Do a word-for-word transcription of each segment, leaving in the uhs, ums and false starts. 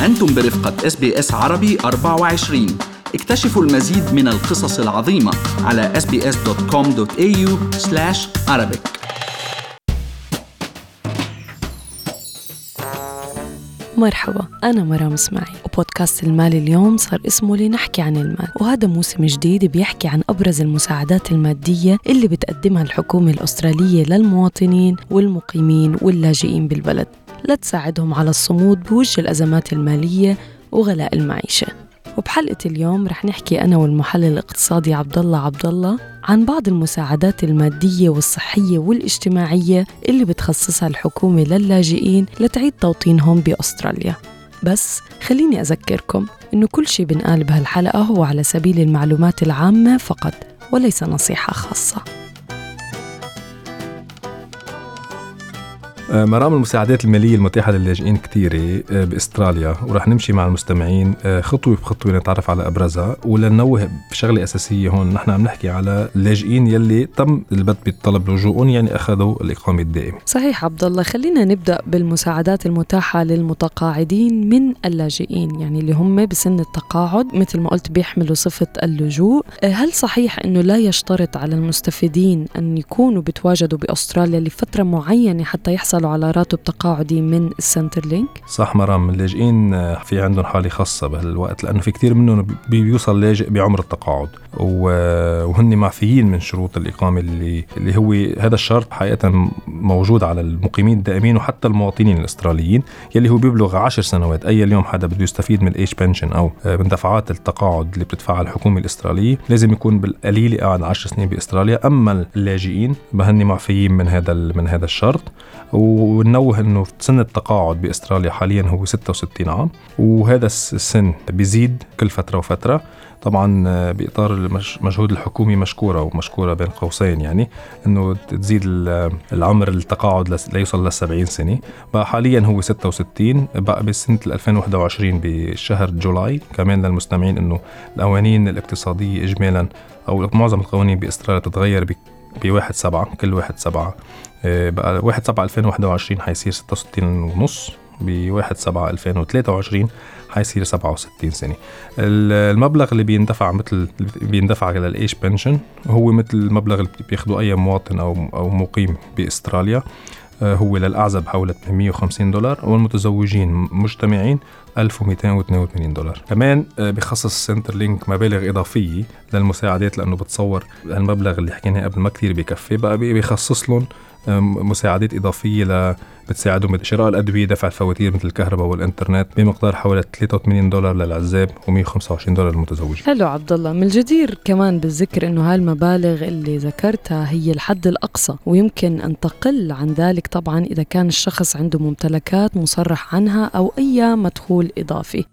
أنتم برفقة إس بي إس عربي أربعة وعشرين. اكتشفوا المزيد من القصص العظيمة على إس بي إس دوت كوم دوت إيه يو سلاش عربيك. مرحبا، أنا مرام اسماعيل، وبودكاست المال اليوم صار اسمه لنحكي عن المال، وهذا موسم جديد بيحكي عن أبرز المساعدات المادية اللي بتقدمها الحكومة الأسترالية للمواطنين والمقيمين واللاجئين بالبلد لتساعدهم على الصمود بوجه الأزمات المالية وغلاء المعيشة. وبحلقة اليوم رح نحكي أنا والمحلل الاقتصادي عبدالله عبدالله عن بعض المساعدات المادية والصحية والاجتماعية اللي بتخصصها الحكومة للاجئين لتعيد توطينهم بأستراليا. بس خليني أذكركم إنه كل شيء بنقال بهالحلقة هو على سبيل المعلومات العامة فقط وليس نصيحة خاصة. مرام، المساعدات المالية المتاحة للاجئين كتيرة بأستراليا، ورح نمشي مع المستمعين خطوة بخطوة نتعرف على أبرزها. ولنوه بشغلة أساسية هون، نحن عم نحكي على اللاجئين يلي تم البت بطلب لجوءهم، يعني أخذوا الإقامة الدائمة. صحيح عبد الله، خلينا نبدأ بالمساعدات المتاحة للمتقاعدين من اللاجئين، يعني اللي هم بسن التقاعد مثل ما قلت بيحملوا صفة اللجوء. هل صحيح أنه لا يشترط على المستفيدين أن يكونوا بتواجدوا بأستراليا لفترة معينة حتى يحصل على راتب تقاعدي من السنترلينك؟ صح مرام، اللاجئين في عندهم حالة خاصة بهالوقت، لأنه في كتير منهم بيوصل لاجئ بعمر التقاعد، وهن معفيين من شروط الإقامة اللي اللي هو هذا الشرط حقيقة موجود على المقيمين الدائمين وحتى المواطنين الأستراليين، يلي هو بيبلغ عشر سنوات. أي اليوم حدا بده يستفيد من الإيج بنشن أو من دفعات التقاعد اللي بتدفعها الحكومة الأسترالية لازم يكون بالقليل قاعد عشر سنين بأستراليا. أما اللاجئين بهن معفيين من هذا من هذا الشرط. ونوه انه سن التقاعد باستراليا حاليا هو ستة وستين عام، وهذا السن بيزيد كل فتره وفتره، طبعا باطار المجهود الحكومي مشكوره ومشكوره بين قوسين، يعني انه تزيد العمر التقاعد ليوصل ل سبعين سنه. بقى حاليا هو ستة وستين، بقى بسنه ألفين وواحد وعشرين بشهر جولاي. كمان للمستمعين انه القوانين الاقتصاديه اجمالا او معظم القوانين باستراليا تتغير بواحد سبعة، كل واحد سبعة. بقى واحد سبعة ألفين وواحد وعشرين حيصير ستة وستين ونص، بواحد سبعة ألفين وثلاثة وعشرين حيصير سبعة وستين سنة. المبلغ اللي بيندفع مثل بيندفع على الإيش بنشن هو مثل المبلغ اللي بياخده أي مواطن أو أو مقيم بأستراليا، هو للأعزب حوالي ثمانمائة وخمسين دولار، والمتزوجين مجتمعين ألف ومئتين واثنين وثمانين دولار. كمان بخصص سنترلينك مبالغ إضافية للمساعدات، لأنه بتصور المبلغ اللي حكيناه قبل ما كتير بيكفي، بقى بيخصص لهم مساعدات إضافية ل بتساعدهم بشراء الأدوية، دفع الفواتير مثل الكهرباء والإنترنت بمقدار حوالي ثلاثة وثمانين دولار للعزاب ومئة وخمسة وعشرين دولار للمتزوجين. حلو عبد الله، من الجدير كمان بالذكر إنه هالمبالغ اللي ذكرتها هي الحد الأقصى، ويمكن أن تقل عن ذلك طبعا إذا كان الشخص عنده ممتلكات مصرح عنها أو أي مدخول إضافي.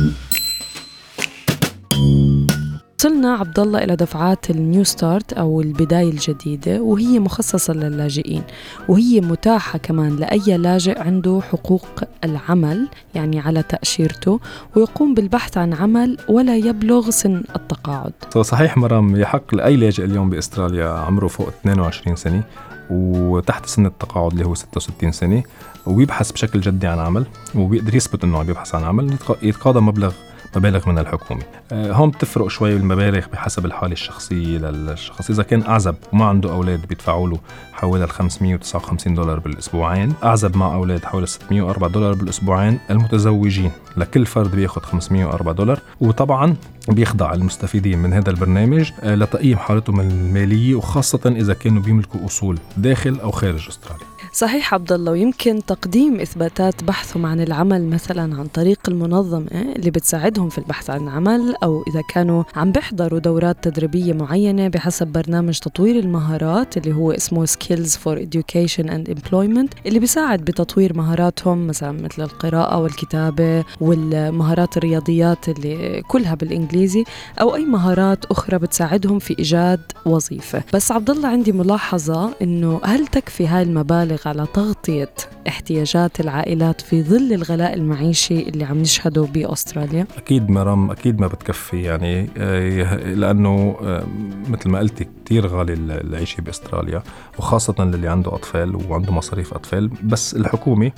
وصلنا عبد الله إلى دفعات النيو ستارت أو البداية الجديدة، وهي مخصصة للاجئين، وهي متاحة كمان لأي لاجئ عنده حقوق العمل، يعني على تأشيرته، ويقوم بالبحث عن عمل ولا يبلغ سن التقاعد. صحيح مرام، يحق لأي لاجئ اليوم بأستراليا عمره فوق اثنين وعشرين سنة وتحت سن التقاعد اللي هو ستة وستين سنة، ويبحث بشكل جدي عن عمل، وبيقدر يثبت إنه عم يبحث عن عمل، يتقاضى مبلغ مبالغ من الحكومة. هون بتفرق شوي المبالغ بحسب الحالة الشخصية للشخص. إذا كان أعزب وما عنده أولاد بيدفعوا له حوالي خمسمائة وتسعة وخمسين دولار بالأسبوعين، أعزب مع أولاد حوالي ستمائة وأربعة دولار بالأسبوعين، المتزوجين لكل فرد بياخد خمسمائة وأربعة دولار. وطبعا بيخضع المستفيدين من هذا البرنامج لتقييم حالتهم المالية، وخاصة إذا كانوا بيملكوا أصول داخل أو خارج أستراليا. صحيح عبد الله، ويمكن تقديم إثباتات بحثهم عن العمل مثلا عن طريق المنظمة اللي بتساعدهم في البحث عن عمل، أو إذا كانوا عم بيحضروا دورات تدريبية معينة بحسب برنامج تطوير المهارات اللي هو اسمه Skills for Education and Employment، اللي بيساعد بتطوير مهاراتهم مثلا مثل القراءة والكتابة والمهارات الرياضيات اللي كلها بالإنجليزي، أو أي مهارات أخرى بتساعدهم في إيجاد وظيفة. بس عبد الله، عندي ملاحظة إنه هل تكفي هاي المبالغ على تغطية احتياجات العائلات في ظل الغلاء المعيشي اللي عم نشهده بأستراليا؟ أكيد مرام، أكيد ما بتكفي، يعني لأنه مثل ما قلتي كتير غالي العيشة بأستراليا، وخاصة للي عنده أطفال وعنده مصاريف أطفال. بس الحكومة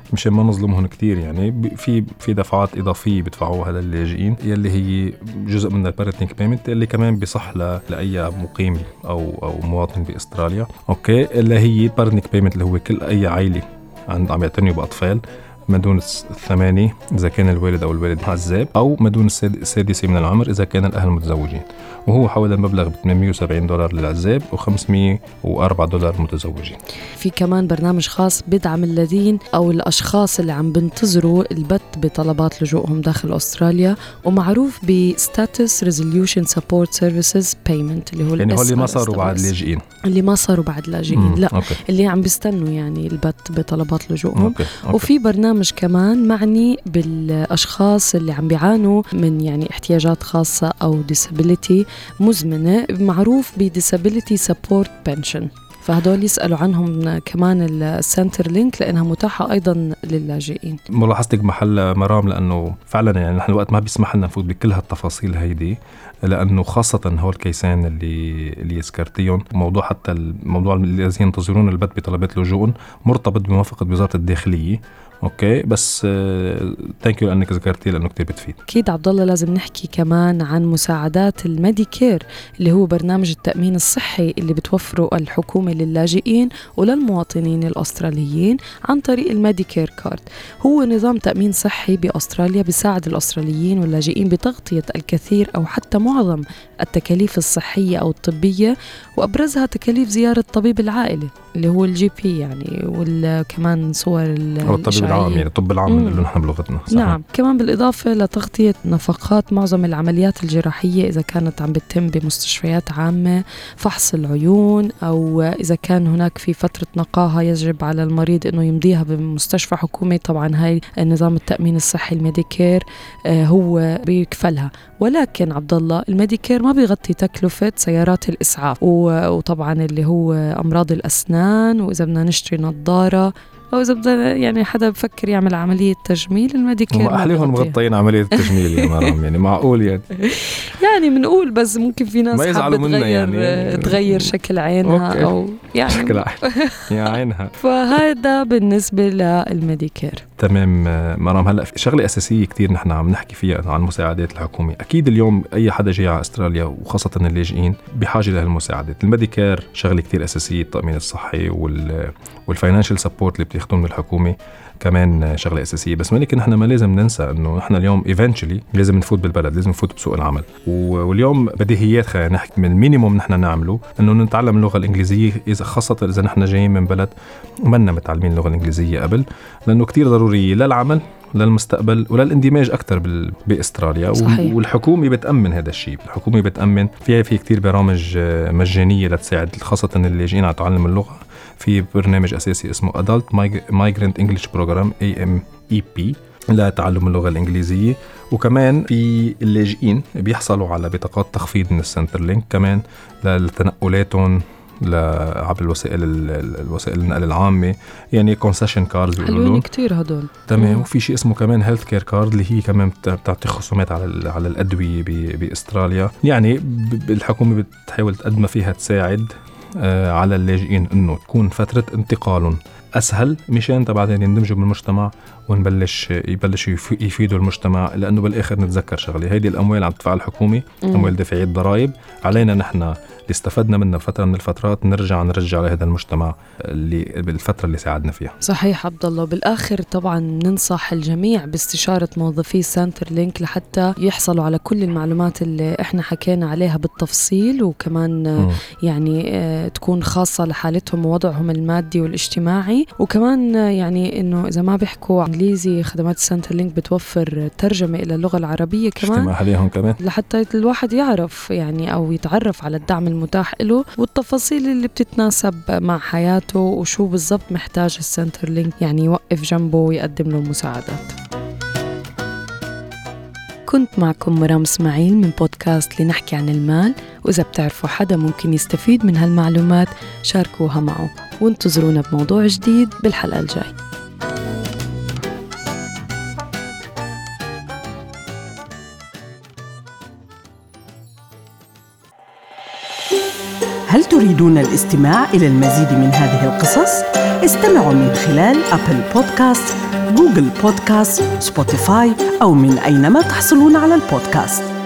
مشان ما نظلمهم كتير. يعني في في دفعات إضافية بيدفعوها للاجئين يلي هي جزء من البارتنينج بيمنت اللي كمان بيصح لأي مقيم أو أو مواطن بأستراليا. أوكي، اللي هي البارتنينج بيمنت اللي هو كل أي عائلة عند عم يعتنوا بأطفال ما دون الثمانية إذا كان الوالد أو الوالد عزاب، أو ما دون السادسة من العمر إذا كان الأهل متزوجين. وهو حول المبلغ ب ثمانمية وسبعين دولار للعزاب وخمسمية وأربعة دولار متزوجين. في كمان برنامج خاص بدعم الذين أو الأشخاص اللي عم بنتظروا البت بطلبات لجوءهم داخل أستراليا، ومعروف ب Status Resolution Support Services Payment اللي هو يعني هو اللي ما صاروا بعد اللاجئين اللي ما صاروا بعد اللاجئين لا أوكي. اللي عم بيستنوا يعني البت بطلبات لجوءهم. أوكي. أوكي. وفي برنامج كمان معني بالأشخاص اللي عم بيعانوا من يعني احتياجات خاصة أو disability مزمنة، معروف ب Disability Support Pension. فهدول يسألوا عنهم كمان السنتر لينك لأنها متاحة أيضا للاجئين. ملاحظتك محل مرام، لأنه فعلا يعني نحن الوقت ما بيسمح لنا نفوت بكل هالتفاصيل هيدي، لأنه خاصة هول الكيسان اللي اللي يذكرتيهم، موضوع حتى الموضوع الذي ينتظرون البت بطلبات لجوء مرتبط بموافقة وزارة الداخلية. اوكي، بس ثانك يو لانك ذكرتي لانه كتير بتفيد. اكيد عبد الله، لازم نحكي كمان عن مساعدات الميديكير اللي هو برنامج التأمين الصحي اللي بتوفره الحكومة للاجئين وللمواطنين الأستراليين عن طريق الميديكير كارد. هو نظام تأمين صحي بأستراليا بيساعد الأستراليين واللاجئين بتغطية الكثير أو حتى معظم التكاليف الصحية أو الطبية، وأبرزها تكاليف زيارة طبيب العائلة اللي هو الجي بي يعني، وكمان صور الطبيب العام يعني الطب العام اللي نحن بلغتنا. صحيح. نعم، كمان بالإضافة لتغطية نفقات معظم العمليات الجراحية إذا كانت عم بتتم بمستشفيات عامة، فحص العيون، أو إذا كان هناك في فترة نقاهة يجب على المريض إنه يمضيها بمستشفى حكومي. طبعا هاي نظام التأمين الصحي الميديكير آه هو بيكفلها. ولكن عبد الله، الميديكير ما بيغطي تكلفة سيارات الإسعاف، وطبعا اللي هو أمراض الأسنان، وإذا بدنا نشتري نظارة، أو إذا بدنا يعني حدا بفكر يعمل عملية تجميل، الميديكير ما أحليهم مغطين عملية التجميل يا مرام. يعني معقول يعني يعني منقول، بس ممكن في ناس حابة تغير يعني. تغير شكل عينها أوكي. أو يعني شكل يا عينها. فهذا بالنسبة للميديكير. تمام مرام. هلا شغله اساسيه كتير نحن عم نحكي فيها عن مساعدات الحكومه. اكيد اليوم اي حدا جاي على استراليا وخاصه اللاجئين بحاجه لهالمساعدات. الميديكير شغله كتير اساسيه، التامين الصحي وال والفاينانشال سبورت اللي بتاخذوه من الحكومه كمان شغله اساسيه. بس ملك نحن ما لازم ننسى انه نحن اليوم ايفنتشلي لازم نفوت بالبلد، لازم نفوت بسوق العمل. واليوم بديهيات خلينا نحكي من المينيموم نحن نعمله انه نتعلم اللغه الانجليزيه، اذا خاصه اذا نحن جايين من بلد ما متعلمين اللغه الانجليزيه قبل، لانه كتير ضروريه للعمل للمستقبل وللاندماج أكتر بأستراليا. صحيح. والحكومة بتأمن هذا الشيء. الحكومة بتأمن فيها في كتير برامج مجانية لتساعد خاصة اللاجئين على تعلم اللغة. في برنامج أساسي اسمه Adult Migrant English Program إيه إم إي بي لتعلم اللغة الإنجليزية. وكمان في اللاجئين بيحصلوا على بطاقات تخفيض من السنتر لينك كمان لتنقلاتهم عبر الوسائل الوسائل النقل العامة، يعني كونسيشن كاردز حلوين كتير هدول. تمام. وفي شيء اسمه كمان هيلث كير كارد اللي هي كمان بتعطي خصومات على على الأدوية بأستراليا. يعني الحكومة بتحاول تقدم فيها تساعد على اللاجئين انه تكون فترة انتقالهم اسهل مشان بعدين يندمجوا بالمجتمع ونبلش يبلش يفيدوا المجتمع. لانه بالاخر نتذكر شغله، هيدي الاموال عم تدفع الحكومه، اموال دفعيه ضرائب، علينا نحن اللي استفدنا منها فتره من الفترات نرجع نرجع لهذا المجتمع اللي بالفتره اللي ساعدنا فيها. صحيح عبد الله. بالاخر طبعا ننصح الجميع باستشاره موظفي سنتر لينك لحتى يحصلوا على كل المعلومات اللي احنا حكينا عليها بالتفصيل، وكمان م. يعني اه تكون خاصه لحالتهم ووضعهم المادي والاجتماعي. وكمان يعني انه اذا ما بيحكوا انجليزي، خدمات السنتر لينك بتوفر ترجمه الى اللغه العربيه كمان اجتماع عليهم كمان لحتى الواحد يعرف يعني او يتعرف على الدعم المتاح له والتفاصيل اللي بتتناسب مع حياته وشو بالضبط محتاج السنتر لينك يعني يوقف جنبه ويقدم له المساعدات. كنت معكم مرام اسماعيل من بودكاست لنحكي عن المال، وإذا بتعرفوا حدا ممكن يستفيد من هالمعلومات شاركوها معه، وانتظرونا بموضوع جديد بالحلقة الجاي. هل تريدون الاستماع إلى المزيد من هذه القصص؟ استمعوا من خلال أبل بودكاست، جوجل بودكاست، سبوتيفاي أو من أينما تحصلون على البودكاست.